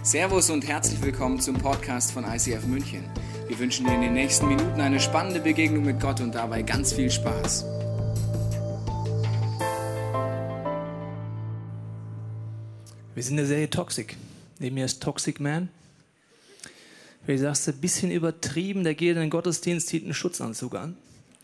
Servus und herzlich willkommen zum Podcast von ICF München. Wir wünschen dir in den nächsten Minuten eine spannende Begegnung mit Gott und dabei ganz viel Spaß. Wir sind in der Serie Toxic. Neben mir ist Toxic Man. Wie sagst du, ein bisschen übertrieben, der geht in den Gottesdienst, zieht einen Schutzanzug an.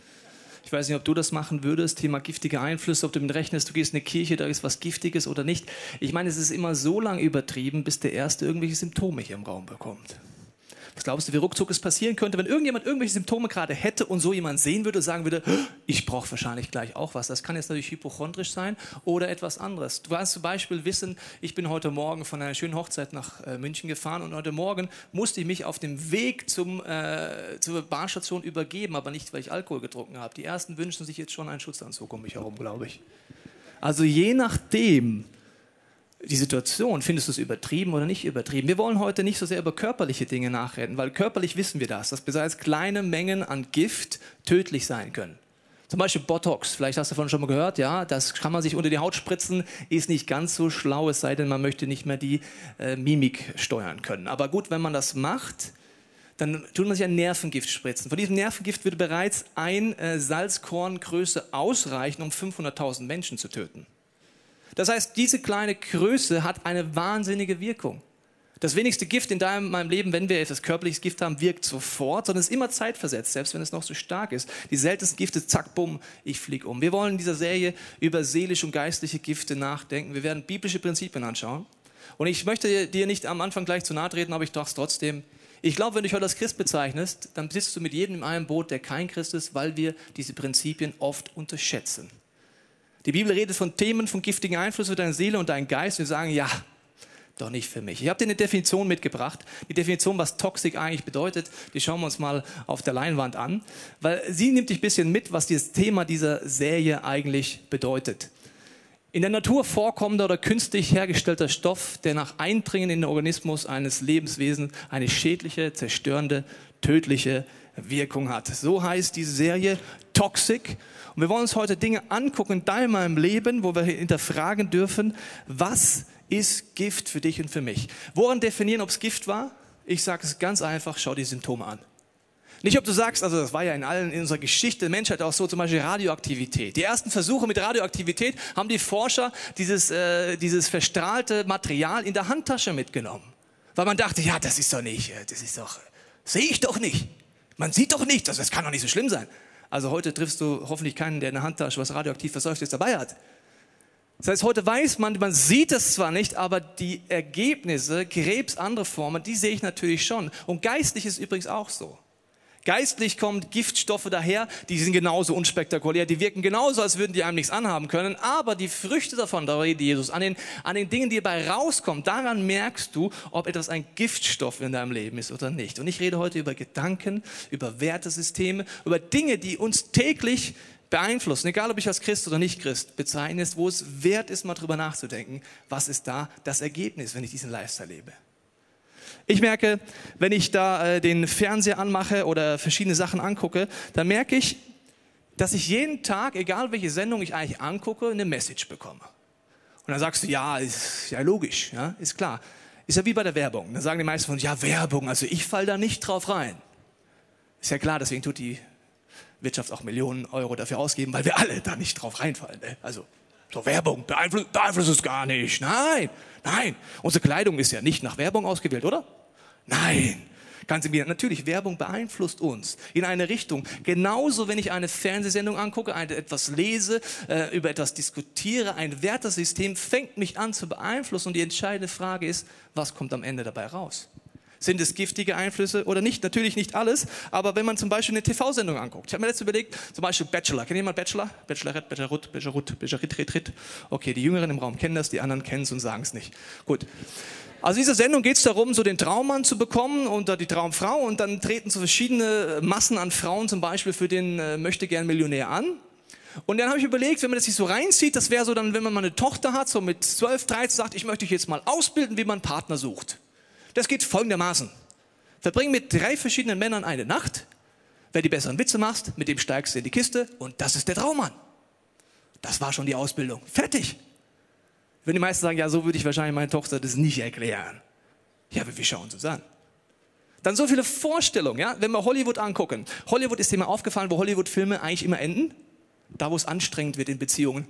Ich weiß nicht, ob du das machen würdest, Thema giftige Einflüsse, ob du mit rechnest, du gehst in eine Kirche, da ist was Giftiges oder nicht. Ich meine, es ist immer so lang übertrieben, bis der Erste irgendwelche Symptome hier im Raum bekommt. Was glaubst du, wie ruckzuck es passieren könnte, wenn irgendjemand irgendwelche Symptome gerade hätte und so jemand sehen würde und sagen würde, ich brauche wahrscheinlich gleich auch was. Das kann jetzt natürlich hypochondrisch sein oder etwas anderes. Du kannst zum Beispiel wissen, ich bin heute Morgen von einer schönen Hochzeit nach München gefahren und heute Morgen musste ich mich auf dem Weg zur Bahnstation übergeben, aber nicht, weil ich Alkohol getrunken habe. Die Ersten wünschen sich jetzt schon einen Schutzanzug um mich herum, glaube ich. Also je nachdem, die Situation, findest du es übertrieben oder nicht übertrieben? Wir wollen heute nicht so sehr über körperliche Dinge nachreden, weil körperlich wissen wir dass bereits kleine Mengen an Gift tödlich sein können. Zum Beispiel Botox, vielleicht hast du davon schon mal gehört, ja, das kann man sich unter die Haut spritzen, ist nicht ganz so schlau, es sei denn, man möchte nicht mehr die Mimik steuern können. Aber gut, wenn man das macht, dann tut man sich ein Nervengift spritzen. Von diesem Nervengift würde bereits ein Salzkorngröße ausreichen, um 500.000 Menschen zu töten. Das heißt, diese kleine Größe hat eine wahnsinnige Wirkung. Das wenigste Gift in meinem Leben, wenn wir etwas körperliches Gift haben, wirkt sofort, sondern ist immer zeitversetzt, selbst wenn es noch so stark ist. Die seltensten Gifte, zack, bumm, ich fliege um. Wir wollen in dieser Serie über seelische und geistliche Gifte nachdenken. Wir werden biblische Prinzipien anschauen. Und ich möchte dir nicht am Anfang gleich zu nahe treten, aber ich dachte es trotzdem. Ich glaube, wenn du dich heute als Christ bezeichnest, dann sitzt du mit jedem in einem Boot, der kein Christ ist, weil wir diese Prinzipien oft unterschätzen. Die Bibel redet von Themen, von giftigen Einflüssen für deine Seele und deinen Geist. Und wir sagen, ja, doch nicht für mich. Ich habe dir eine Definition mitgebracht. Die Definition, was Toxic eigentlich bedeutet, die schauen wir uns mal auf der Leinwand an. Weil sie nimmt dich ein bisschen mit, was das Thema dieser Serie eigentlich bedeutet. In der Natur vorkommender oder künstlich hergestellter Stoff, der nach Eindringen in den Organismus eines Lebenswesens eine schädliche, zerstörende, tödliche Wirkung hat. So heißt diese Serie Toxic. Und wir wollen uns heute Dinge angucken in deinem Leben, wo wir hinterfragen dürfen, was ist Gift für dich und für mich? Woran definieren, ob es Gift war? Ich sage es ganz einfach, schau die Symptome an. Nicht, ob du sagst, also das war ja in unserer Geschichte der Menschheit auch so, zum Beispiel Radioaktivität. Die ersten Versuche mit Radioaktivität haben die Forscher dieses verstrahlte Material in der Handtasche mitgenommen. Weil man dachte, ja, das ist doch, sehe ich doch nicht. Man sieht doch nichts, also das kann doch nicht so schlimm sein. Also heute triffst du hoffentlich keinen, der in der Handtasche was radioaktiv Verseuchtes dabei hat. Das heißt, heute weiß man sieht es zwar nicht, aber die Ergebnisse, Krebs, andere Formen, die sehe ich natürlich schon. Und geistlich ist es übrigens auch so. Geistlich kommen Giftstoffe daher, die sind genauso unspektakulär, die wirken genauso, als würden die einem nichts anhaben können, aber die Früchte davon, da redet Jesus, an den Dingen, die dabei rauskommen, daran merkst du, ob etwas ein Giftstoff in deinem Leben ist oder nicht. Und ich rede heute über Gedanken, über Wertesysteme, über Dinge, die uns täglich beeinflussen, egal ob ich als Christ oder nicht Christ bezeichnest, wo es wert ist, mal drüber nachzudenken, was ist da das Ergebnis, wenn ich diesen Lifestyle lebe. Ich merke, wenn ich da den Fernseher anmache oder verschiedene Sachen angucke, dann merke ich, dass ich jeden Tag, egal welche Sendung ich eigentlich angucke, eine Message bekomme. Und dann sagst du, ja, ist ja logisch, ja, ist klar. Ist ja wie bei der Werbung. Dann sagen die meisten von uns, ja, Werbung, also ich falle da nicht drauf rein. Ist ja klar, deswegen tut die Wirtschaft auch Millionen Euro dafür ausgeben, weil wir alle da nicht drauf reinfallen. Ne? Also so Werbung beeinflusst es gar nicht. Nein. Unsere Kleidung ist ja nicht nach Werbung ausgewählt, oder? Nein. Ganz im Gegenteil. Natürlich, Werbung beeinflusst uns in eine Richtung. Genauso, wenn ich eine Fernsehsendung angucke, etwas lese, über etwas diskutiere, ein Wertesystem fängt mich an zu beeinflussen. Und die entscheidende Frage ist, was kommt am Ende dabei raus? Sind es giftige Einflüsse oder nicht? Natürlich nicht alles, aber wenn man zum Beispiel eine TV-Sendung anguckt. Ich habe mir letztens überlegt, zum Beispiel Bachelor. Kennt jemand Bachelor? Bachelorette. Okay, die Jüngeren im Raum kennen das, die anderen kennen es und sagen es nicht. Gut. Also in dieser Sendung geht es darum, so den Traummann zu bekommen und die Traumfrau und dann treten so verschiedene Massen an Frauen zum Beispiel für den Möchtegern-Millionär an. Und dann habe ich überlegt, wenn man das sich so reinzieht, das wäre so dann, wenn man mal eine Tochter hat, so mit 12, 13, sagt, ich möchte dich jetzt mal ausbilden, wie man einen Partner sucht. Das geht folgendermaßen. Verbring mit 3 verschiedenen Männern eine Nacht. Wer die besseren Witze macht, mit dem steigst du in die Kiste und das ist der Traummann. Das war schon die Ausbildung. Fertig. Wenn die meisten sagen, ja, so würde ich wahrscheinlich meine Tochter das nicht erklären. Ja, aber wir schauen uns an. Dann so viele Vorstellungen, ja, wenn wir Hollywood angucken. Hollywood ist dir mal aufgefallen, wo Hollywood-Filme eigentlich immer enden? Da, wo es anstrengend wird in Beziehungen.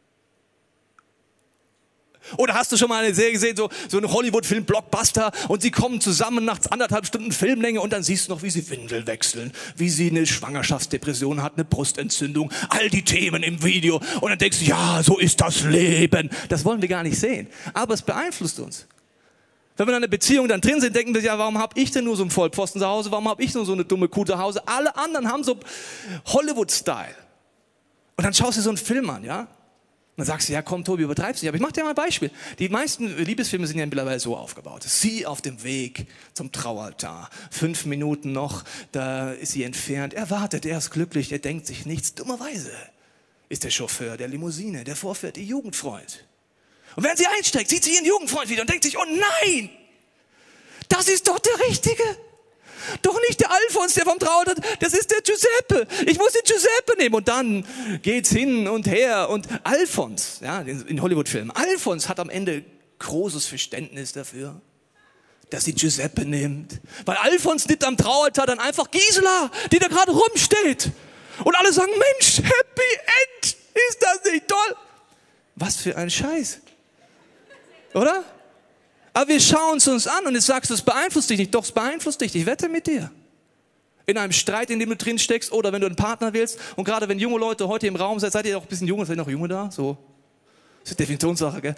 Oder hast du schon mal eine Serie gesehen, so ein Hollywood-Film, Blockbuster, und sie kommen zusammen nach 1,5 Stunden Filmlänge und dann siehst du noch, wie sie Windel wechseln, wie sie eine Schwangerschaftsdepression hat, eine Brustentzündung, all die Themen im Video. Und dann denkst du, ja, so ist das Leben. Das wollen wir gar nicht sehen. Aber es beeinflusst uns. Wenn wir in einer Beziehung dann drin sind, denken wir, ja, warum habe ich denn nur so einen Vollpfosten zu Hause? Warum habe ich nur so eine dumme Kuh zu Hause? Alle anderen haben so Hollywood-Style. Und dann schaust du so einen Film an, ja? Und dann sagst du, ja komm Tobi, übertreibst du. Aber ich mache dir mal ein Beispiel. Die meisten Liebesfilme sind ja mittlerweile so aufgebaut. Sie auf dem Weg zum Traualtar. 5 Minuten noch, da ist sie entfernt. Er wartet, er ist glücklich, er denkt sich nichts. Dummerweise ist der Chauffeur der Limousine, der vorfährt, ihr Jugendfreund. Und wenn sie einsteigt, sieht sie ihren Jugendfreund wieder und denkt sich, oh nein, das ist doch der Richtige. Doch nicht der Alfons, der vom Traualtar, das ist der Giuseppe. Ich muss den Giuseppe nehmen. Und dann geht's hin und her. Und Alfons, ja, in Hollywood-Filmen, Alfons hat am Ende großes Verständnis dafür, dass sie Giuseppe nimmt. Weil Alfons nimmt am Traualtar dann einfach Gisela, die da gerade rumsteht. Und alle sagen, Mensch, Happy End, ist das nicht toll? Was für ein Scheiß. Oder? Aber wir schauen es uns an und jetzt sagst du, es beeinflusst dich nicht. Doch, es beeinflusst dich. Ich wette mit dir. In einem Streit, in dem du drin steckst oder wenn du einen Partner willst und gerade wenn junge Leute heute im Raum seid ihr auch ein bisschen jung, seid ihr noch Junge da? So. Das ist eine Definitionssache, gell?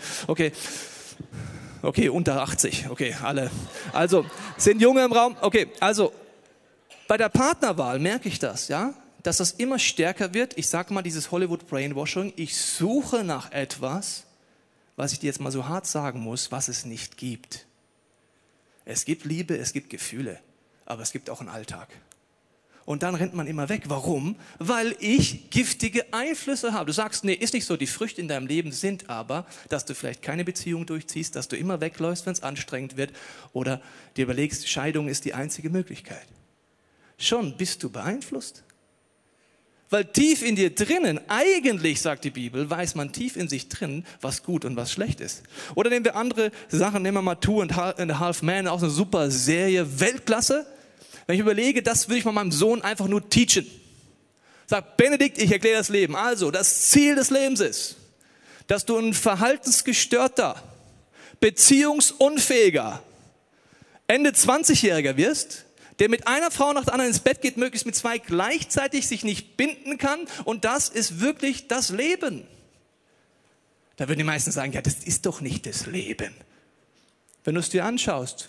Okay, unter 80. Okay, alle. Also, sind Junge im Raum? Okay, also, bei der Partnerwahl merke ich das, ja? Dass das immer stärker wird. Ich sage mal dieses Hollywood Brainwashing. Ich suche nach etwas, was ich dir jetzt mal so hart sagen muss, was es nicht gibt. Es gibt Liebe, es gibt Gefühle, aber es gibt auch einen Alltag. Und dann rennt man immer weg. Warum? Weil ich giftige Einflüsse habe. Du sagst, nee, ist nicht so. Die Früchte in deinem Leben sind aber, dass du vielleicht keine Beziehung durchziehst, dass du immer wegläufst, wenn es anstrengend wird oder dir überlegst, Scheidung ist die einzige Möglichkeit. Schon bist du beeinflusst. Weil tief in dir drinnen, eigentlich, sagt die Bibel, weiß man tief in sich drin, was gut und was schlecht ist. Oder nehmen wir andere Sachen, nehmen wir mal Two and a Half Men, auch eine super Serie, Weltklasse. Wenn ich überlege, das würde ich mal meinem Sohn einfach nur teachen. Sag, Benedikt, ich erkläre das Leben. Also, das Ziel des Lebens ist, dass du ein verhaltensgestörter, beziehungsunfähiger, Ende 20-Jähriger wirst, der mit einer Frau nach der anderen ins Bett geht, möglichst mit 2 gleichzeitig sich nicht binden kann. Und das ist wirklich das Leben. Da würden die meisten sagen, ja, das ist doch nicht das Leben. Wenn du es dir anschaust,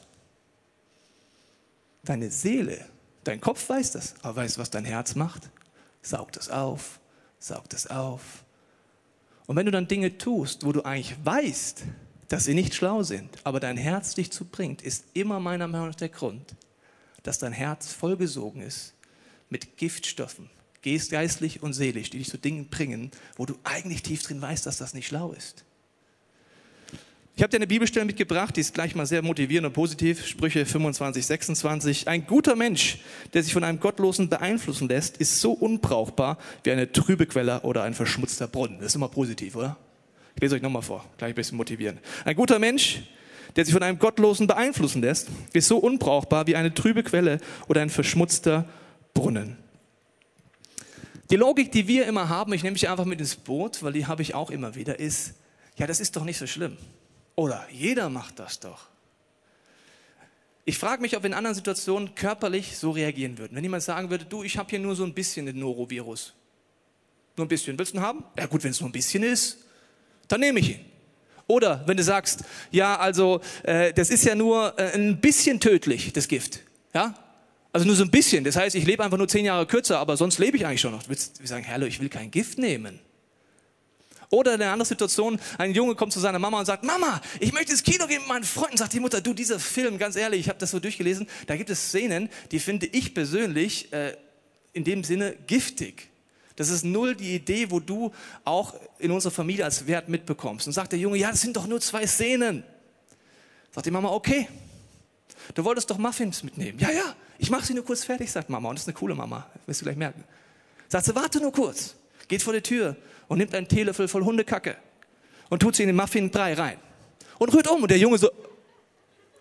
deine Seele, dein Kopf weiß das, aber weißt du, was dein Herz macht? Saugt es auf, saugt es auf. Und wenn du dann Dinge tust, wo du eigentlich weißt, dass sie nicht schlau sind, aber dein Herz dich zu bringt, ist immer meiner Meinung nach der Grund, dass dein Herz vollgesogen ist mit Giftstoffen, geistlich und seelisch, die dich zu Dingen bringen, wo du eigentlich tief drin weißt, dass das nicht schlau ist. Ich habe dir eine Bibelstelle mitgebracht, die ist gleich mal sehr motivierend und positiv. Sprüche 25, 26. Ein guter Mensch, der sich von einem Gottlosen beeinflussen lässt, ist so unbrauchbar wie eine trübe Quelle oder ein verschmutzter Brunnen. Das ist immer positiv, oder? Ich lese euch nochmal vor, gleich ein bisschen motivieren. Ein guter Mensch, der sich von einem Gottlosen beeinflussen lässt, ist so unbrauchbar wie eine trübe Quelle oder ein verschmutzter Brunnen. Die Logik, die wir immer haben, ich nehme mich einfach mit ins Boot, weil die habe ich auch immer wieder, ist, ja, das ist doch nicht so schlimm. Oder jeder macht das doch. Ich frage mich, ob wir in anderen Situationen körperlich so reagieren würden. Wenn jemand sagen würde, du, ich habe hier nur so ein bisschen den Norovirus. Nur ein bisschen. Willst du ihn haben? Ja gut, wenn es nur ein bisschen ist, dann nehme ich ihn. Oder wenn du sagst, ja, also das ist ja nur ein bisschen tödlich, das Gift. Ja? Also nur so ein bisschen. Das heißt, ich lebe einfach nur 10 Jahre kürzer, aber sonst lebe ich eigentlich schon noch. Du willst sagen, hallo, ich will kein Gift nehmen. Oder in einer anderen Situation, ein Junge kommt zu seiner Mama und sagt, Mama, ich möchte ins Kino gehen mit meinen Freunden. Sagt die Mutter, du, dieser Film, ganz ehrlich, ich habe das so durchgelesen, da gibt es Szenen, die finde ich persönlich in dem Sinne giftig. Das ist null die Idee, wo du auch in unserer Familie als Wert mitbekommst. Und sagt der Junge, ja, das sind doch nur 2 Szenen. Sagt die Mama, okay, du wolltest doch Muffins mitnehmen. Ja, ich mache sie nur kurz fertig, sagt Mama. Und das ist eine coole Mama, wirst du gleich merken. Sagt sie, warte nur kurz, geht vor die Tür und nimmt einen Teelöffel voll Hundekacke und tut sie in den Muffin-Brei rein. Und rührt um und der Junge so,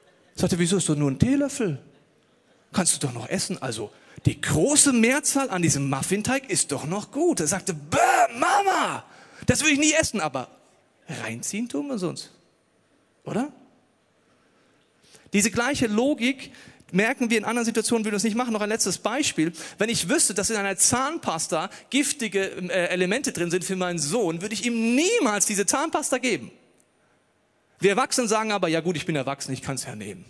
Sagte, wieso ist doch nur ein Teelöffel? Kannst du doch noch essen. Also die große Mehrzahl an diesem Muffinteig ist doch noch gut. Er sagte, Mama, das will ich nie essen, aber reinziehen tun wir uns. Oder? Diese gleiche Logik merken wir in anderen Situationen, würden wir es nicht machen. Noch ein letztes Beispiel. Wenn ich wüsste, dass in einer Zahnpasta giftige Elemente drin sind für meinen Sohn, würde ich ihm niemals diese Zahnpasta geben. Wir Erwachsenen sagen aber, ja gut, ich bin erwachsen, ich kann es ja nehmen.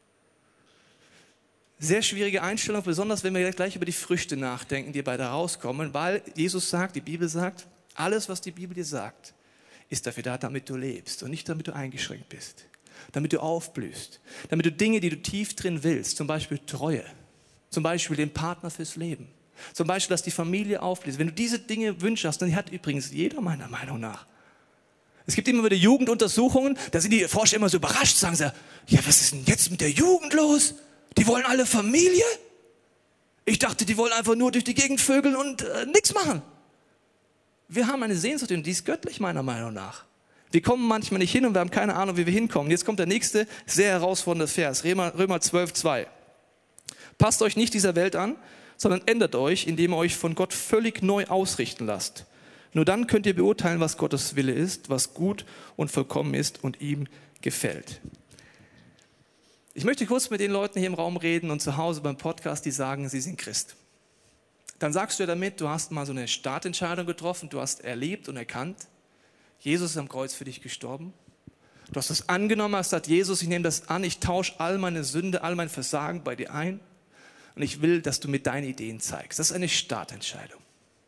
Sehr schwierige Einstellung, besonders wenn wir gleich über die Früchte nachdenken, die dabei da rauskommen, weil Jesus sagt, die Bibel sagt, alles, was die Bibel dir sagt, ist dafür da, damit du lebst und nicht damit du eingeschränkt bist. Damit du aufblühst, damit du Dinge, die du tief drin willst, zum Beispiel Treue, zum Beispiel den Partner fürs Leben, zum Beispiel, dass die Familie aufblüht. Wenn du diese Dinge wünschst, dann hat übrigens jeder meiner Meinung nach. Es gibt immer wieder Jugenduntersuchungen, da sind die Forscher immer so überrascht, sagen sie, ja, was ist denn jetzt mit der Jugend los? Die wollen alle Familie? Ich dachte, die wollen einfach nur durch die Gegend vögeln und nichts machen. Wir haben eine Sehnsucht und die ist göttlich meiner Meinung nach. Wir kommen manchmal nicht hin und wir haben keine Ahnung, wie wir hinkommen. Jetzt kommt der nächste sehr herausfordernde Vers, Römer 12,2. Passt euch nicht dieser Welt an, sondern ändert euch, indem ihr euch von Gott völlig neu ausrichten lasst. Nur dann könnt ihr beurteilen, was Gottes Wille ist, was gut und vollkommen ist und ihm gefällt. Ich möchte kurz mit den Leuten hier im Raum reden und zu Hause beim Podcast, die sagen, sie sind Christ. Dann sagst du damit, du hast mal so eine Startentscheidung getroffen, du hast erlebt und erkannt, Jesus ist am Kreuz für dich gestorben. Du hast das angenommen, hast gesagt, Jesus, ich nehme das an, ich tausche all meine Sünde, all mein Versagen bei dir ein und ich will, dass du mir deine Ideen zeigst. Das ist eine Startentscheidung.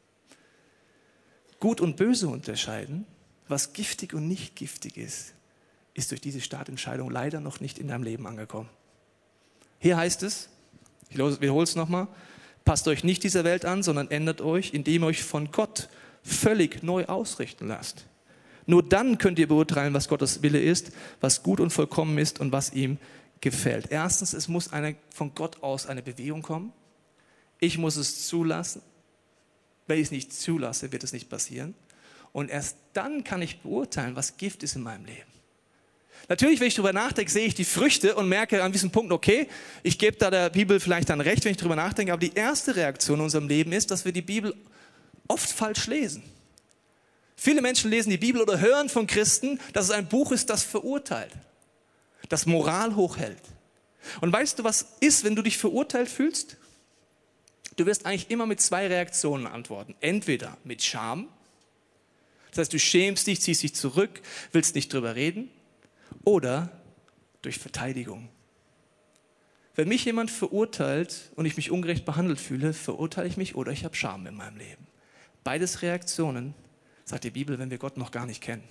Gut und böse unterscheiden, was giftig und nicht giftig ist durch diese Startentscheidung leider noch nicht in deinem Leben angekommen. Hier heißt es, ich wiederhole es nochmal, passt euch nicht dieser Welt an, sondern ändert euch, indem ihr euch von Gott völlig neu ausrichten lasst. Nur dann könnt ihr beurteilen, was Gottes Wille ist, was gut und vollkommen ist und was ihm gefällt. Erstens, es muss von Gott aus eine Bewegung kommen. Ich muss es zulassen. Wenn ich es nicht zulasse, wird es nicht passieren. Und erst dann kann ich beurteilen, was Gift ist in meinem Leben. Natürlich, wenn ich darüber nachdenke, sehe ich die Früchte und merke an diesem Punkt, okay, ich gebe da der Bibel vielleicht dann recht, wenn ich darüber nachdenke, aber die erste Reaktion in unserem Leben ist, dass wir die Bibel oft falsch lesen. Viele Menschen lesen die Bibel oder hören von Christen, dass es ein Buch ist, das verurteilt, das Moral hochhält. Und weißt du, was ist, wenn du dich verurteilt fühlst? Du wirst eigentlich immer mit 2 Reaktionen antworten. Entweder mit Scham, das heißt, du schämst dich, ziehst dich zurück, willst nicht drüber reden, oder durch Verteidigung. Wenn mich jemand verurteilt und ich mich ungerecht behandelt fühle, verurteile ich mich oder ich habe Scham in meinem Leben. Beides Reaktionen, sagt die Bibel, wenn wir Gott noch gar nicht kennen.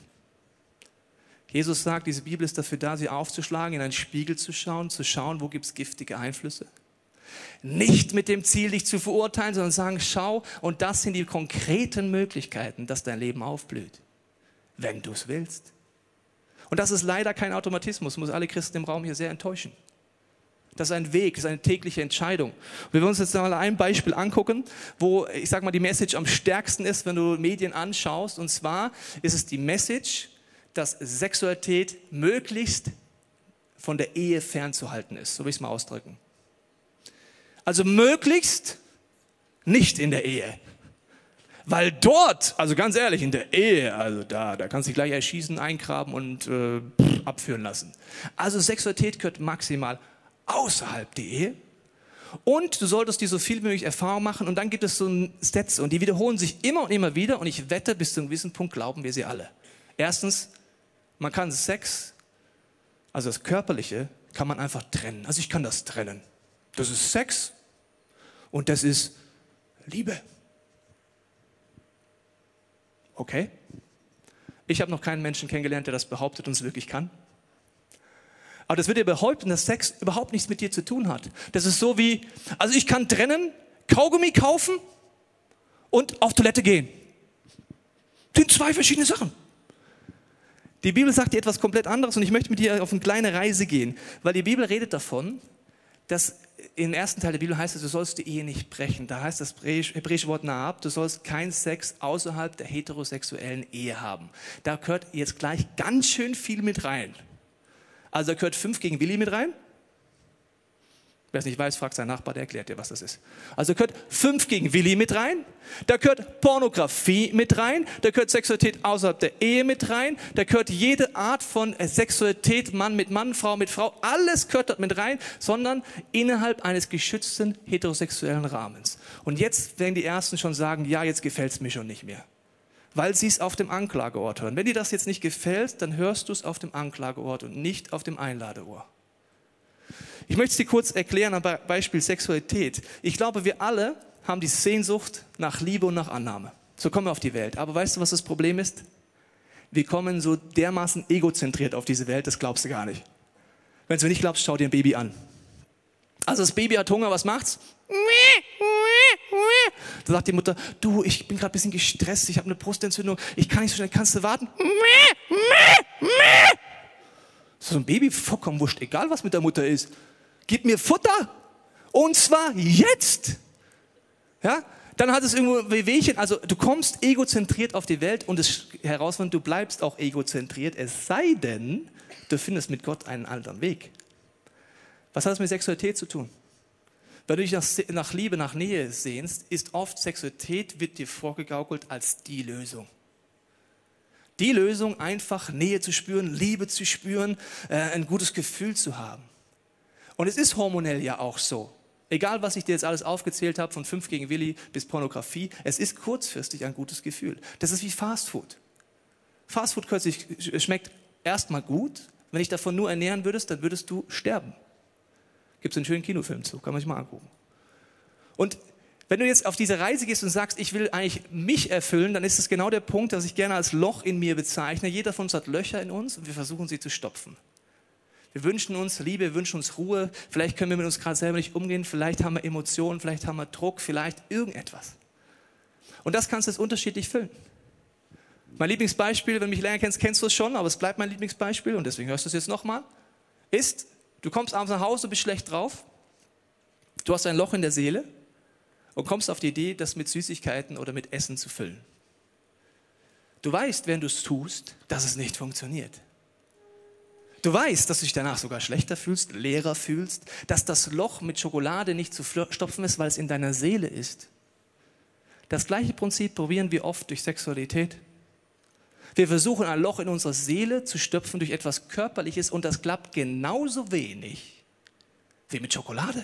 Jesus sagt, diese Bibel ist dafür da, sie aufzuschlagen, in einen Spiegel zu schauen, wo gibt es giftige Einflüsse. Nicht mit dem Ziel, dich zu verurteilen, sondern sagen, schau, und das sind die konkreten Möglichkeiten, dass dein Leben aufblüht, wenn du es willst. Und das ist leider kein Automatismus, muss alle Christen im Raum hier sehr enttäuschen. Das ist ein Weg, das ist eine tägliche Entscheidung. Wir wollen uns jetzt mal ein Beispiel angucken, wo, ich sag mal, die Message am stärksten ist, wenn du Medien anschaust. Und zwar ist es die Message, dass Sexualität möglichst von der Ehe fernzuhalten ist. So will ich es mal ausdrücken. Also möglichst nicht in der Ehe. Weil dort, also ganz ehrlich, in der Ehe, also da kannst du dich gleich erschießen, eingraben und abführen lassen. Also Sexualität gehört maximal außerhalb der Ehe. Und du solltest dir so viel wie möglich Erfahrung machen. Und dann gibt es so Sätze und die wiederholen sich immer und immer wieder. Und ich wette, bis zu einem gewissen Punkt glauben wir sie alle. Erstens, man kann Sex, also das Körperliche, kann man einfach trennen. Also ich kann das trennen. Das ist Sex und das ist Liebe. Okay? Ich habe noch keinen Menschen kennengelernt, der das behauptet und es wirklich kann. Aber das wird dir behaupten, dass Sex überhaupt nichts mit dir zu tun hat. Das ist so wie, also ich kann trennen, Kaugummi kaufen und auf Toilette gehen. Das sind 2 verschiedene Sachen. Die Bibel sagt dir etwas komplett anderes und ich möchte mit dir auf eine kleine Reise gehen, weil die Bibel redet davon, dass im ersten Teil der Bibel heißt es, du sollst die Ehe nicht brechen. Da heißt das hebräische Wort Naab, du sollst keinen Sex außerhalb der heterosexuellen Ehe haben. Da gehört jetzt gleich ganz schön viel mit rein. Also da gehört 5 gegen Willi mit rein, Wer es nicht weiß, fragt seinen Nachbar, der erklärt dir, was das ist. Also gehört 5 gegen Willi mit rein, da gehört Pornografie mit rein, da gehört Sexualität außerhalb der Ehe mit rein, da gehört jede Art von Sexualität, Mann mit Mann, Frau mit Frau, alles gehört dort mit rein, sondern innerhalb eines geschützten heterosexuellen Rahmens. Und jetzt werden die Ersten schon sagen, ja, jetzt gefällt es mir schon nicht mehr. Weil sie es auf dem Anklageort hören. Wenn dir das jetzt nicht gefällt, dann hörst du es auf dem Anklageort und nicht auf dem Einladeohr. Ich möchte es dir kurz erklären am Beispiel Sexualität. Ich glaube, wir alle haben die Sehnsucht nach Liebe und nach Annahme. So kommen wir auf die Welt. Aber weißt du, was das Problem ist? Wir kommen so dermaßen egozentriert auf diese Welt, das glaubst du gar nicht. Wenn du nicht glaubst, schau dir ein Baby an. Also das Baby hat Hunger, was macht's? Da sagt die Mutter, du, ich bin gerade ein bisschen gestresst, ich habe eine Brustentzündung, ich kann nicht so schnell, kannst du warten? So ein Baby, vollkommen wurscht, egal was mit der Mutter ist. Gib mir Futter und zwar jetzt. Ja? Dann hat es irgendwo ein Wehwehchen, also du kommst egozentriert auf die Welt und es herausfindet, du bleibst auch egozentriert, es sei denn, du findest mit Gott einen anderen Weg. Was hat das mit Sexualität zu tun? Wenn du dich nach Liebe, nach Nähe sehnst, ist oft Sexualität, wird dir vorgegaukelt als die Lösung. Die Lösung, einfach Nähe zu spüren, Liebe zu spüren, ein gutes Gefühl zu haben. Und es ist hormonell ja auch so. Egal, was ich dir jetzt alles aufgezählt habe, von 5 gegen Willi bis Pornografie, es ist kurzfristig ein gutes Gefühl. Das ist wie Fastfood. Fastfood schmeckt erstmal gut. Wenn dich davon nur ernähren würdest, dann würdest du sterben. Gibt es einen schönen Kinofilm zu, kann man sich mal angucken. Und wenn du jetzt auf diese Reise gehst und sagst, ich will eigentlich mich erfüllen, dann ist es genau der Punkt, das ich gerne als Loch in mir bezeichne. Jeder von uns hat Löcher in uns und wir versuchen sie zu stopfen. Wir wünschen uns Liebe, wir wünschen uns Ruhe. Vielleicht können wir mit uns gerade selber nicht umgehen. Vielleicht haben wir Emotionen, vielleicht haben wir Druck, vielleicht irgendetwas. Und das kannst du jetzt unterschiedlich füllen. Mein Lieblingsbeispiel, wenn du mich länger kennst, kennst du es schon, aber es bleibt mein Lieblingsbeispiel und deswegen hörst du es jetzt nochmal, ist, du kommst abends nach Hause, bist schlecht drauf, du hast ein Loch in der Seele und kommst auf die Idee, das mit Süßigkeiten oder mit Essen zu füllen. Du weißt, wenn du es tust, dass es nicht funktioniert. Du weißt, dass du dich danach sogar schlechter fühlst, leerer fühlst, dass das Loch mit Schokolade nicht zu stopfen ist, weil es in deiner Seele ist. Das gleiche Prinzip probieren wir oft durch Sexualität. Wir versuchen ein Loch in unserer Seele zu stopfen durch etwas Körperliches und das klappt genauso wenig wie mit Schokolade.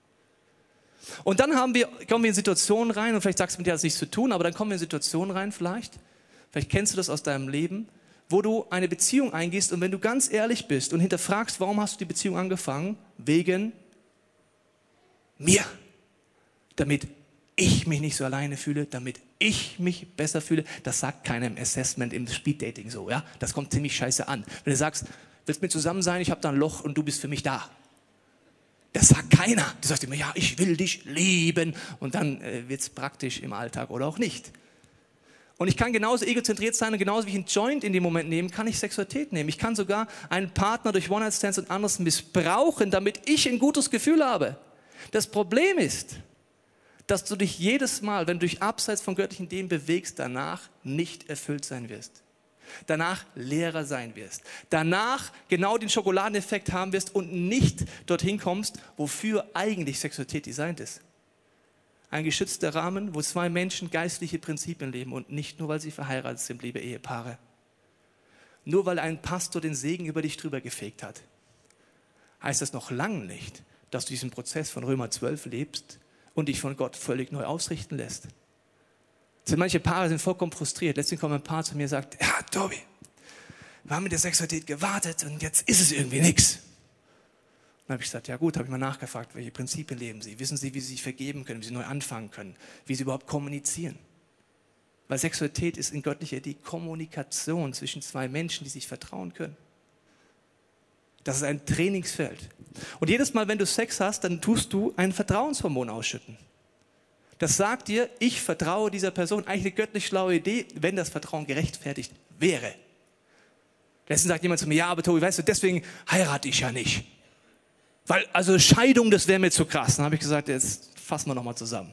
Und dann kommen wir in Situationen rein und vielleicht sagst du, mit dir hat es nichts zu tun, aber dann kommen wir in Situationen rein vielleicht kennst du das aus deinem Leben, wo du eine Beziehung eingehst und wenn du ganz ehrlich bist und hinterfragst, warum hast du die Beziehung angefangen? Wegen mir. Damit ich mich nicht so alleine fühle, damit ich mich besser fühle. Das sagt keiner im Assessment, im Speeddating so. Ja? Das kommt ziemlich scheiße an. Wenn du sagst, willst mit mir zusammen sein, ich habe da ein Loch und du bist für mich da. Das sagt keiner. Du sagst immer, ja, ich will dich lieben. Und dann wird es praktisch im Alltag oder auch nicht. Und ich kann genauso egozentriert sein und genauso wie ich einen Joint in dem Moment nehmen, kann ich Sexualität nehmen. Ich kann sogar einen Partner durch One-Night-Stands und anderes missbrauchen, damit ich ein gutes Gefühl habe. Das Problem ist, dass du dich jedes Mal, wenn du dich abseits von göttlichen Dingen bewegst, danach nicht erfüllt sein wirst. Danach leerer sein wirst. Danach genau den Schokoladeneffekt haben wirst und nicht dorthin kommst, wofür eigentlich Sexualität designt ist. Ein geschützter Rahmen, wo 2 Menschen geistliche Prinzipien leben und nicht nur, weil sie verheiratet sind, liebe Ehepaare. Nur weil ein Pastor den Segen über dich drüber gefegt hat, heißt das noch lange nicht, dass du diesen Prozess von Römer 12 lebst und dich von Gott völlig neu ausrichten lässt. Manche Paare sind vollkommen frustriert. Letztens kommt ein Paar zu mir und sagt, ja, Tobi, wir haben mit der Sexualität gewartet und jetzt ist es irgendwie nichts. Dann habe ich gesagt, ja gut, habe ich mal nachgefragt, welche Prinzipien leben Sie? Wissen Sie, wie Sie sich vergeben können, wie Sie neu anfangen können, wie Sie überhaupt kommunizieren? Weil Sexualität ist in göttlicher die Kommunikation zwischen 2 Menschen, die sich vertrauen können. Das ist ein Trainingsfeld. Und jedes Mal, wenn du Sex hast, dann tust du ein Vertrauenshormon ausschütten. Das sagt dir, ich vertraue dieser Person. Eigentlich eine göttlich schlaue Idee, wenn das Vertrauen gerechtfertigt wäre. Letztens sagt jemand zu mir, ja, aber Tobi, weißt du, deswegen heirate ich ja nicht. Weil, also Scheidung, das wäre mir zu krass. Dann habe ich gesagt, jetzt fassen wir nochmal zusammen.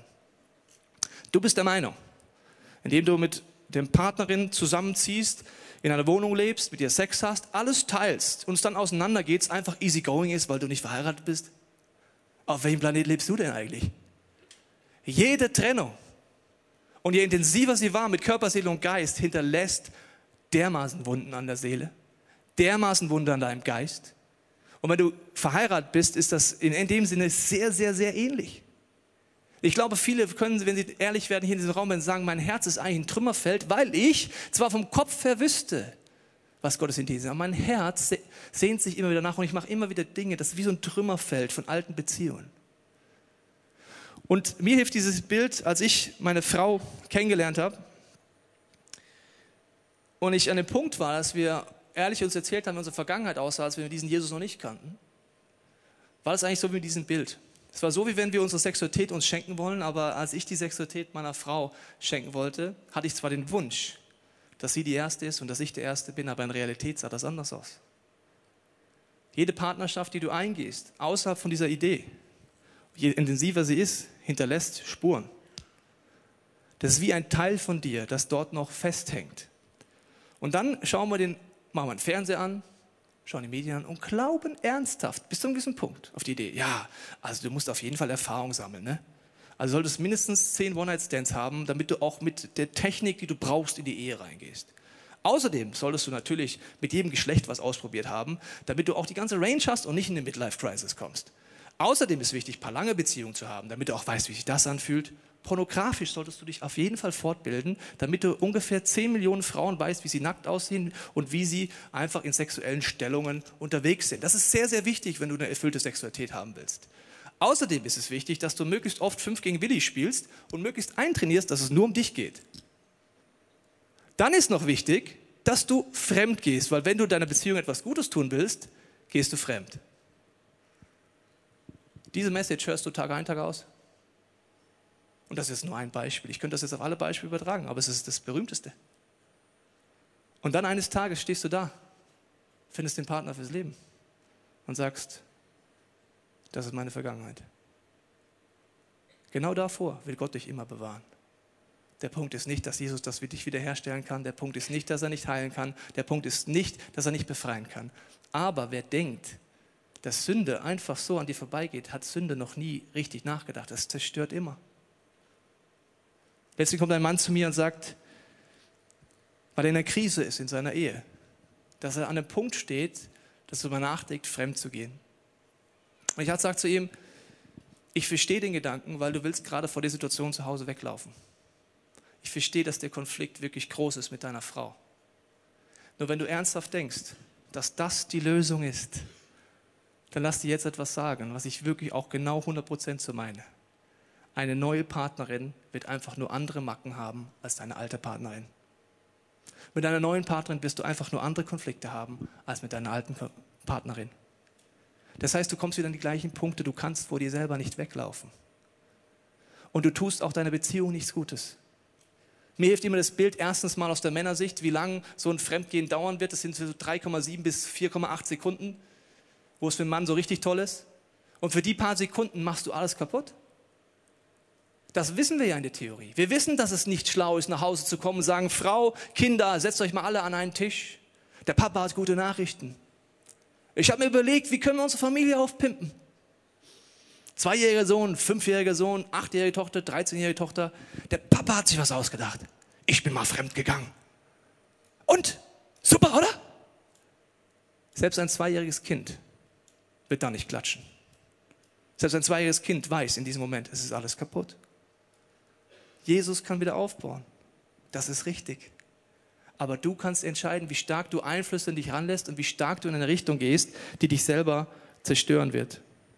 Du bist der Meinung, indem du mit der Partnerin zusammenziehst, in einer Wohnung lebst, mit ihr Sex hast, alles teilst und es dann auseinandergeht, einfach easy going ist, weil du nicht verheiratet bist. Auf welchem Planet lebst du denn eigentlich? Jede Trennung und je intensiver sie war mit Körper, Seele und Geist, hinterlässt dermaßen Wunden an der Seele, dermaßen Wunden an deinem Geist. Und wenn du verheiratet bist, ist das in dem Sinne sehr, sehr, sehr ähnlich. Ich glaube, viele können, wenn sie ehrlich werden, hier in diesem Raum sagen, mein Herz ist eigentlich ein Trümmerfeld, weil ich zwar vom Kopf her wüsste, was Gottes Ideen sind, aber mein Herz sehnt sich immer wieder nach und ich mache immer wieder Dinge, das ist wie so ein Trümmerfeld von alten Beziehungen. Und mir hilft dieses Bild, als ich meine Frau kennengelernt habe und ich an dem Punkt war, dass wir ehrlich uns erzählt haben, wie unsere Vergangenheit aussah, als wir diesen Jesus noch nicht kannten, war das eigentlich so wie mit diesem Bild. Es war so, wie wenn wir unsere Sexualität uns schenken wollen, aber als ich die Sexualität meiner Frau schenken wollte, hatte ich zwar den Wunsch, dass sie die Erste ist und dass ich der Erste bin, aber in Realität sah das anders aus. Jede Partnerschaft, die du eingehst, außerhalb von dieser Idee, je intensiver sie ist, hinterlässt Spuren. Das ist wie ein Teil von dir, das dort noch festhängt. Und dann machen wir den Fernseher an, schauen die Medien an und glauben ernsthaft bis zu einem gewissen Punkt auf die Idee. Ja, also du musst auf jeden Fall Erfahrung sammeln, ne? Also solltest mindestens 10 One-Night-Stands haben, damit du auch mit der Technik, die du brauchst, in die Ehe reingehst. Außerdem solltest du natürlich mit jedem Geschlecht was ausprobiert haben, damit du auch die ganze Range hast und nicht in eine Midlife-Crisis kommst. Außerdem ist wichtig, ein paar lange Beziehungen zu haben, damit du auch weißt, wie sich das anfühlt. Pornografisch solltest du dich auf jeden Fall fortbilden, damit du ungefähr 10 Millionen Frauen weißt, wie sie nackt aussehen und wie sie einfach in sexuellen Stellungen unterwegs sind. Das ist sehr, sehr wichtig, wenn du eine erfüllte Sexualität haben willst. Außerdem ist es wichtig, dass du möglichst oft 5 gegen Willi spielst und möglichst eintrainierst, dass es nur um dich geht. Dann ist noch wichtig, dass du fremd gehst, weil wenn du deiner Beziehung etwas Gutes tun willst, gehst du fremd. Diese Message hörst du Tag ein, Tag aus. Und das ist nur ein Beispiel. Ich könnte das jetzt auf alle Beispiele übertragen, aber es ist das berühmteste. Und dann eines Tages stehst du da, findest den Partner fürs Leben und sagst, das ist meine Vergangenheit. Genau davor will Gott dich immer bewahren. Der Punkt ist nicht, dass Jesus das für dich wiederherstellen kann. Der Punkt ist nicht, dass er nicht heilen kann. Der Punkt ist nicht, dass er nicht befreien kann. Aber wer denkt, dass Sünde einfach so an dir vorbeigeht, hat Sünde noch nie richtig nachgedacht. Das zerstört immer. Letztlich kommt ein Mann zu mir und sagt, weil er in einer Krise ist in seiner Ehe, dass er an einem Punkt steht, dass er darüber nachdenkt, fremd zu gehen. Und ich habe gesagt zu ihm, ich verstehe den Gedanken, weil du willst gerade vor der Situation zu Hause weglaufen. Ich verstehe, dass der Konflikt wirklich groß ist mit deiner Frau. Nur wenn du ernsthaft denkst, dass das die Lösung ist, dann lass dir jetzt etwas sagen, was ich wirklich auch genau 100% so meine. Eine neue Partnerin wird einfach nur andere Macken haben als deine alte Partnerin. Mit deiner neuen Partnerin wirst du einfach nur andere Konflikte haben als mit deiner alten Partnerin. Das heißt, du kommst wieder an die gleichen Punkte, du kannst vor dir selber nicht weglaufen. Und du tust auch deiner Beziehung nichts Gutes. Mir hilft immer das Bild erstens mal aus der Männersicht, wie lange so ein Fremdgehen dauern wird. Das sind so 3,7 bis 4,8 Sekunden, wo es für einen Mann so richtig toll ist. Und für die paar Sekunden machst du alles kaputt. Das wissen wir ja in der Theorie. Wir wissen, dass es nicht schlau ist, nach Hause zu kommen und sagen, Frau, Kinder, setzt euch mal alle an einen Tisch. Der Papa hat gute Nachrichten. Ich habe mir überlegt, wie können wir unsere Familie aufpimpen? 2-jähriger Sohn, 5-jähriger Sohn, 8-jährige Tochter, 13-jährige Tochter. Der Papa hat sich was ausgedacht. Ich bin mal fremd gegangen. Und? Super, oder? Selbst ein 2-jähriges Kind wird da nicht klatschen. Selbst ein 2-jähriges Kind weiß in diesem Moment, es ist alles kaputt. Jesus kann wieder aufbauen. Das ist richtig. Aber du kannst entscheiden, wie stark du Einflüsse in dich ranlässt und wie stark du in eine Richtung gehst, die dich selber zerstören wird.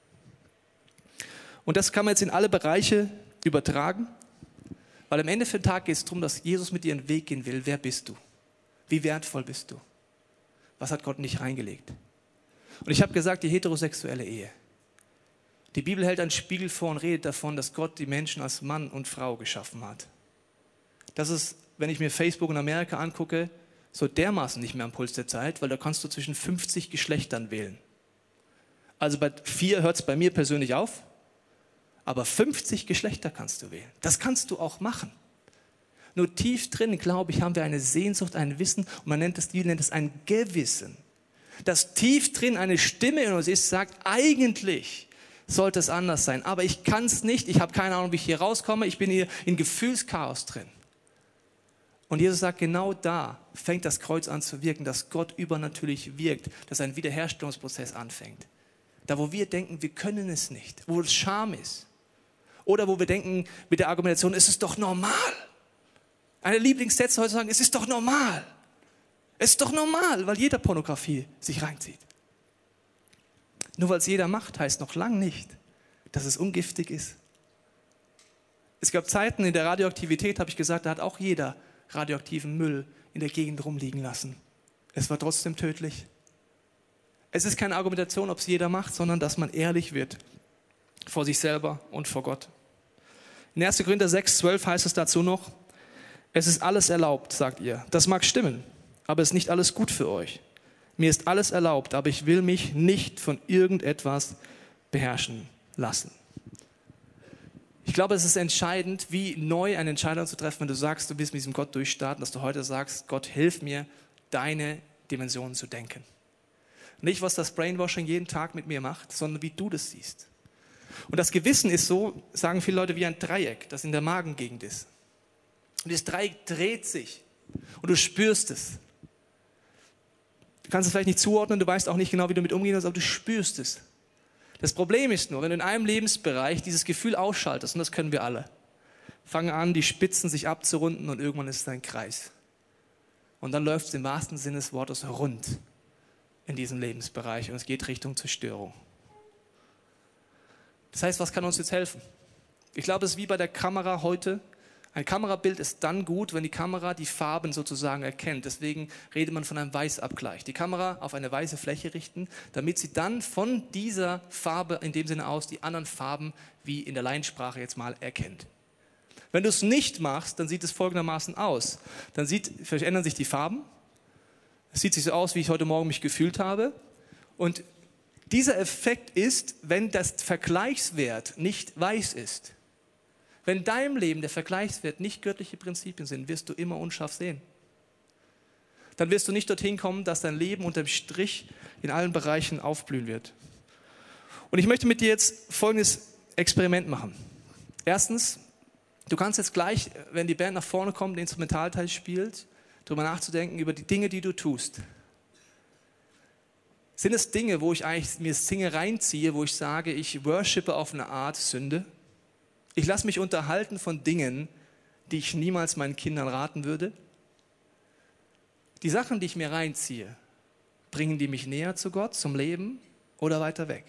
Und das kann man jetzt in alle Bereiche übertragen, weil am Ende für den Tag geht es darum, dass Jesus mit dir einen Weg gehen will. Wer bist du? Wie wertvoll bist du? Was hat Gott in dich reingelegt? Und ich habe gesagt, die heterosexuelle Ehe. Die Bibel hält einen Spiegel vor und redet davon, dass Gott die Menschen als Mann und Frau geschaffen hat. Das ist, wenn ich mir Facebook in Amerika angucke, so dermaßen nicht mehr am Puls der Zeit, weil da kannst du zwischen 50 Geschlechtern wählen. Also bei 4 hört es bei mir persönlich auf, aber 50 Geschlechter kannst du wählen. Das kannst du auch machen. Nur tief drin, glaube ich, haben wir eine Sehnsucht, ein Wissen und die nennt es ein Gewissen. Dass tief drin eine Stimme in uns ist, sagt, eigentlich sollte es anders sein. Aber ich kann es nicht, ich habe keine Ahnung, wie ich hier rauskomme, ich bin hier in Gefühlschaos drin. Und Jesus sagt, genau da fängt das Kreuz an zu wirken, dass Gott übernatürlich wirkt, dass ein Wiederherstellungsprozess anfängt. Da, wo wir denken, wir können es nicht, wo es Scham ist. Oder wo wir denken mit der Argumentation, es ist doch normal. Eine Lieblingssätze heute sagen, es ist doch normal. Es ist doch normal, weil jeder Pornografie sich reinzieht. Nur weil es jeder macht, heißt noch lange nicht, dass es ungiftig ist. Es gab Zeiten in der Radioaktivität, habe ich gesagt, da hat auch jeder radioaktiven Müll in der Gegend rumliegen lassen. Es war trotzdem tödlich. Es ist keine Argumentation, ob es jeder macht, sondern dass man ehrlich wird vor sich selber und vor Gott. In 1. Korinther 6,12 heißt es dazu noch, es ist alles erlaubt, sagt ihr. Das mag stimmen, aber es ist nicht alles gut für euch. Mir ist alles erlaubt, aber ich will mich nicht von irgendetwas beherrschen lassen. Ich glaube, es ist entscheidend, wie neu eine Entscheidung zu treffen, wenn du sagst, du willst mit diesem Gott durchstarten, dass du heute sagst, Gott, hilf mir, deine Dimensionen zu denken. Nicht, was das Brainwashing jeden Tag mit mir macht, sondern wie du das siehst. Und das Gewissen ist so, sagen viele Leute, wie ein Dreieck, das in der Magengegend ist. Und das Dreieck dreht sich und du spürst es. Du kannst es vielleicht nicht zuordnen, du weißt auch nicht genau, wie du damit umgehen sollst, aber du spürst es. Das Problem ist nur, wenn du in einem Lebensbereich dieses Gefühl ausschaltest, und das können wir alle, fangen an, die Spitzen sich abzurunden und irgendwann ist es ein Kreis. Und dann läuft es im wahrsten Sinne des Wortes rund in diesem Lebensbereich und es geht Richtung Zerstörung. Das heißt, was kann uns jetzt helfen? Ich glaube, es ist wie bei der Kamera heute. Ein Kamerabild ist dann gut, wenn die Kamera die Farben sozusagen erkennt. Deswegen redet man von einem Weißabgleich. Die Kamera auf eine weiße Fläche richten, damit sie dann von dieser Farbe in dem Sinne aus die anderen Farben, wie in der Laiensprache jetzt mal, erkennt. Wenn du es nicht machst, dann sieht es folgendermaßen aus. Dann verändern sich die Farben. Es sieht sich so aus, wie ich heute Morgen mich gefühlt habe. Und dieser Effekt ist, wenn das Vergleichswert nicht weiß ist. Wenn in deinem Leben der Vergleichswert nicht göttliche Prinzipien sind, wirst du immer unscharf sehen. Dann wirst du nicht dorthin kommen, dass dein Leben unterm Strich in allen Bereichen aufblühen wird. Und ich möchte mit dir jetzt folgendes Experiment machen. Erstens, du kannst jetzt gleich, wenn die Band nach vorne kommt, den Instrumentalteil spielt, darüber nachzudenken, über die Dinge, die du tust. Sind es Dinge, wo ich eigentlich mir das Singen reinziehe, wo ich sage, ich worshipe auf eine Art Sünde? Ich lasse mich unterhalten von Dingen, die ich niemals meinen Kindern raten würde. Die Sachen, die ich mir reinziehe, bringen die mich näher zu Gott, zum Leben oder weiter weg?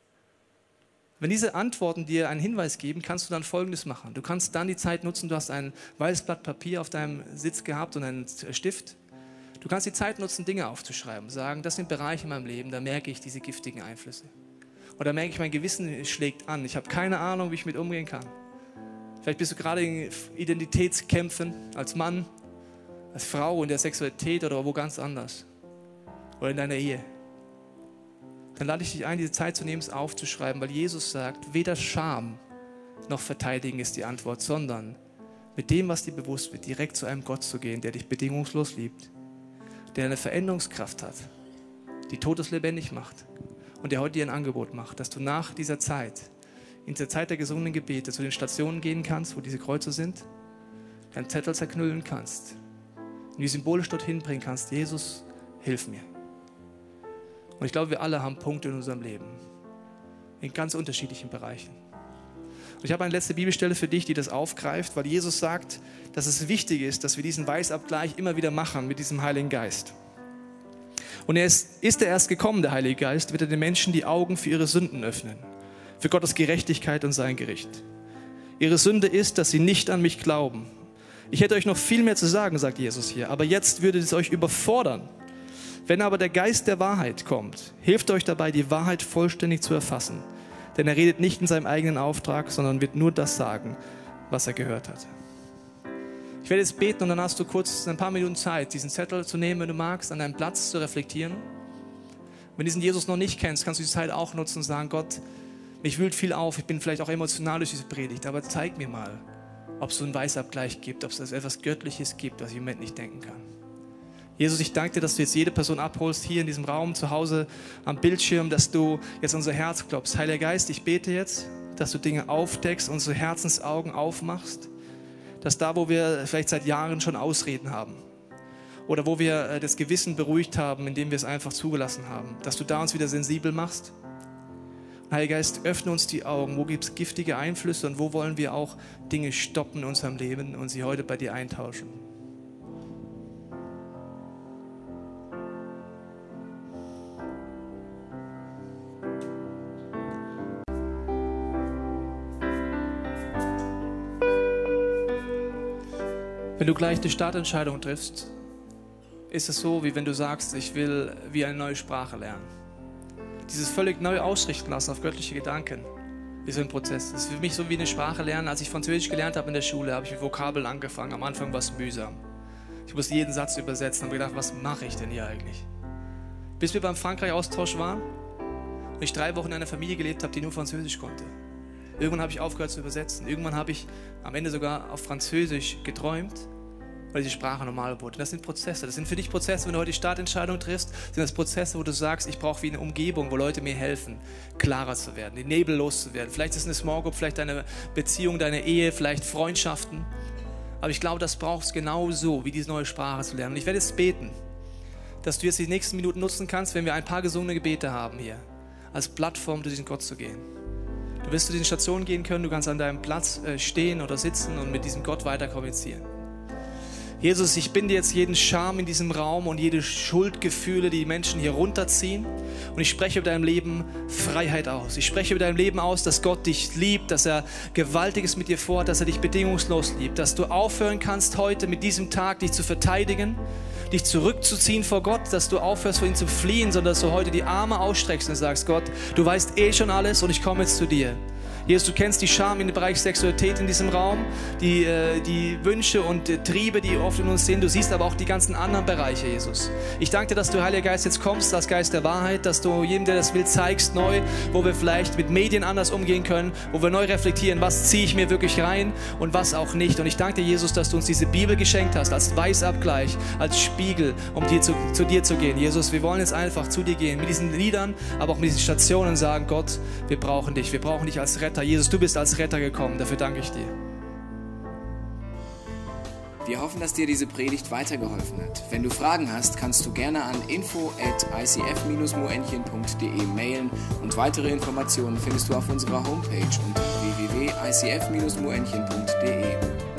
Wenn diese Antworten dir einen Hinweis geben, kannst du dann Folgendes machen. Du kannst dann die Zeit nutzen, du hast ein weißes Blatt Papier auf deinem Sitz gehabt und einen Stift. Du kannst die Zeit nutzen, Dinge aufzuschreiben, sagen, das sind Bereiche in meinem Leben, da merke ich diese giftigen Einflüsse. Oder merke ich, mein Gewissen schlägt an. Ich habe keine Ahnung, wie ich mit umgehen kann. Vielleicht bist du gerade in Identitätskämpfen als Mann, als Frau in der Sexualität oder wo ganz anders. Oder in deiner Ehe. Dann lade ich dich ein, diese Zeit zu nehmen, es aufzuschreiben, weil Jesus sagt, weder Scham noch Verteidigen ist die Antwort, sondern mit dem, was dir bewusst wird, direkt zu einem Gott zu gehen, der dich bedingungslos liebt, der eine Veränderungskraft hat, die Totes lebendig macht. Und der heute dir ein Angebot macht, dass du nach dieser Zeit, in der Zeit der gesungenen Gebete, zu den Stationen gehen kannst, wo diese Kreuze sind, deinen Zettel zerknüllen kannst und die symbolisch dorthin bringen kannst, Jesus, hilf mir. Und ich glaube, wir alle haben Punkte in unserem Leben, in ganz unterschiedlichen Bereichen. Und ich habe eine letzte Bibelstelle für dich, die das aufgreift, weil Jesus sagt, dass es wichtig ist, dass wir diesen Weißabgleich immer wieder machen mit diesem Heiligen Geist. Und ist er erst gekommen, der Heilige Geist, wird er den Menschen die Augen für ihre Sünden öffnen, für Gottes Gerechtigkeit und sein Gericht. Ihre Sünde ist, dass sie nicht an mich glauben. Ich hätte euch noch viel mehr zu sagen, sagt Jesus hier, aber jetzt würde es euch überfordern. Wenn aber der Geist der Wahrheit kommt, hilft euch dabei, die Wahrheit vollständig zu erfassen. Denn er redet nicht in seinem eigenen Auftrag, sondern wird nur das sagen, was er gehört hat. Ich werde jetzt beten und dann hast du kurz ein paar Minuten Zeit, diesen Zettel zu nehmen, wenn du magst, an deinem Platz zu reflektieren. Wenn du diesen Jesus noch nicht kennst, kannst du die Zeit auch nutzen und sagen, Gott, mich wühlt viel auf, ich bin vielleicht auch emotional durch diese Predigt, aber zeig mir mal, ob es so einen Weißabgleich gibt, ob es etwas Göttliches gibt, was ich im Moment nicht denken kann. Jesus, ich danke dir, dass du jetzt jede Person abholst, hier in diesem Raum, zu Hause, am Bildschirm, dass du jetzt unser Herz klopfst. Heiliger Geist, ich bete jetzt, dass du Dinge aufdeckst, unsere Herzensaugen aufmachst, dass da, wo wir vielleicht seit Jahren schon Ausreden haben oder wo wir das Gewissen beruhigt haben, indem wir es einfach zugelassen haben, dass du da uns wieder sensibel machst. Heiliger Geist, öffne uns die Augen, wo gibt es giftige Einflüsse und wo wollen wir auch Dinge stoppen in unserem Leben und sie heute bei dir eintauschen. Wenn du gleich die Startentscheidung triffst, ist es so, wie wenn du sagst, ich will wie eine neue Sprache lernen. Dieses völlig neu ausrichten lassen auf göttliche Gedanken ist ein Prozess. Das ist für mich so wie eine Sprache lernen. Als ich Französisch gelernt habe in der Schule, habe ich mit Vokabeln angefangen. Am Anfang war es mühsam. Ich musste jeden Satz übersetzen und habe gedacht, was mache ich denn hier eigentlich? Bis wir beim Frankreich-Austausch waren und ich 3 Wochen in einer Familie gelebt habe, die nur Französisch konnte. Irgendwann habe ich aufgehört zu übersetzen. Irgendwann habe ich am Ende sogar auf Französisch geträumt, weil diese Sprache normal wurde. Das sind Prozesse. Das sind für dich Prozesse, wenn du heute die Startentscheidung triffst, sind das Prozesse, wo du sagst, ich brauche wie eine Umgebung, wo Leute mir helfen, klarer zu werden, den Nebel loszuwerden. Vielleicht ist es eine Small Group, vielleicht deine Beziehung, deine Ehe, vielleicht Freundschaften. Aber ich glaube, das brauchst genau so, wie diese neue Sprache zu lernen. Und ich werde jetzt beten, dass du jetzt die nächsten Minuten nutzen kannst, wenn wir ein paar gesungene Gebete haben hier, als Plattform, durch diesen Gott zu gehen. Du wirst zu diesen Stationen gehen können, du kannst an deinem Platz stehen oder sitzen und mit diesem Gott weiter kommunizieren. Jesus, ich binde jetzt jeden Scham in diesem Raum und jede Schuldgefühle, die Menschen hier runterziehen. Und ich spreche über deinem Leben Freiheit aus. Ich spreche über deinem Leben aus, dass Gott dich liebt, dass er Gewaltiges mit dir vorhat, dass er dich bedingungslos liebt. Dass du aufhören kannst, heute mit diesem Tag dich zu verteidigen, dich zurückzuziehen vor Gott, dass du aufhörst, vor ihm zu fliehen, sondern dass du heute die Arme ausstreckst und sagst, Gott, du weißt schon alles und ich komme jetzt zu dir. Jesus, du kennst die Scham in dem Bereich Sexualität in diesem Raum, die Wünsche und Triebe, die oft in uns sind. Du siehst aber auch die ganzen anderen Bereiche, Jesus. Ich danke dir, dass du, Heiliger Geist, jetzt kommst, als Geist der Wahrheit, dass du jedem, der das will, zeigst neu, wo wir vielleicht mit Medien anders umgehen können, wo wir neu reflektieren, was ziehe ich mir wirklich rein und was auch nicht. Und ich danke dir, Jesus, dass du uns diese Bibel geschenkt hast, als Weißabgleich, als Spiegel, um zu dir zu gehen. Jesus, wir wollen jetzt einfach zu dir gehen, mit diesen Liedern, aber auch mit diesen Stationen sagen, Gott, wir brauchen dich als Retter. Jesus, du bist als Retter gekommen, dafür danke ich dir. Wir hoffen, dass dir diese Predigt weitergeholfen hat. Wenn du Fragen hast, kannst du gerne an info@icf-moenchen.de mailen und weitere Informationen findest du auf unserer Homepage unter www.icf-moenchen.de.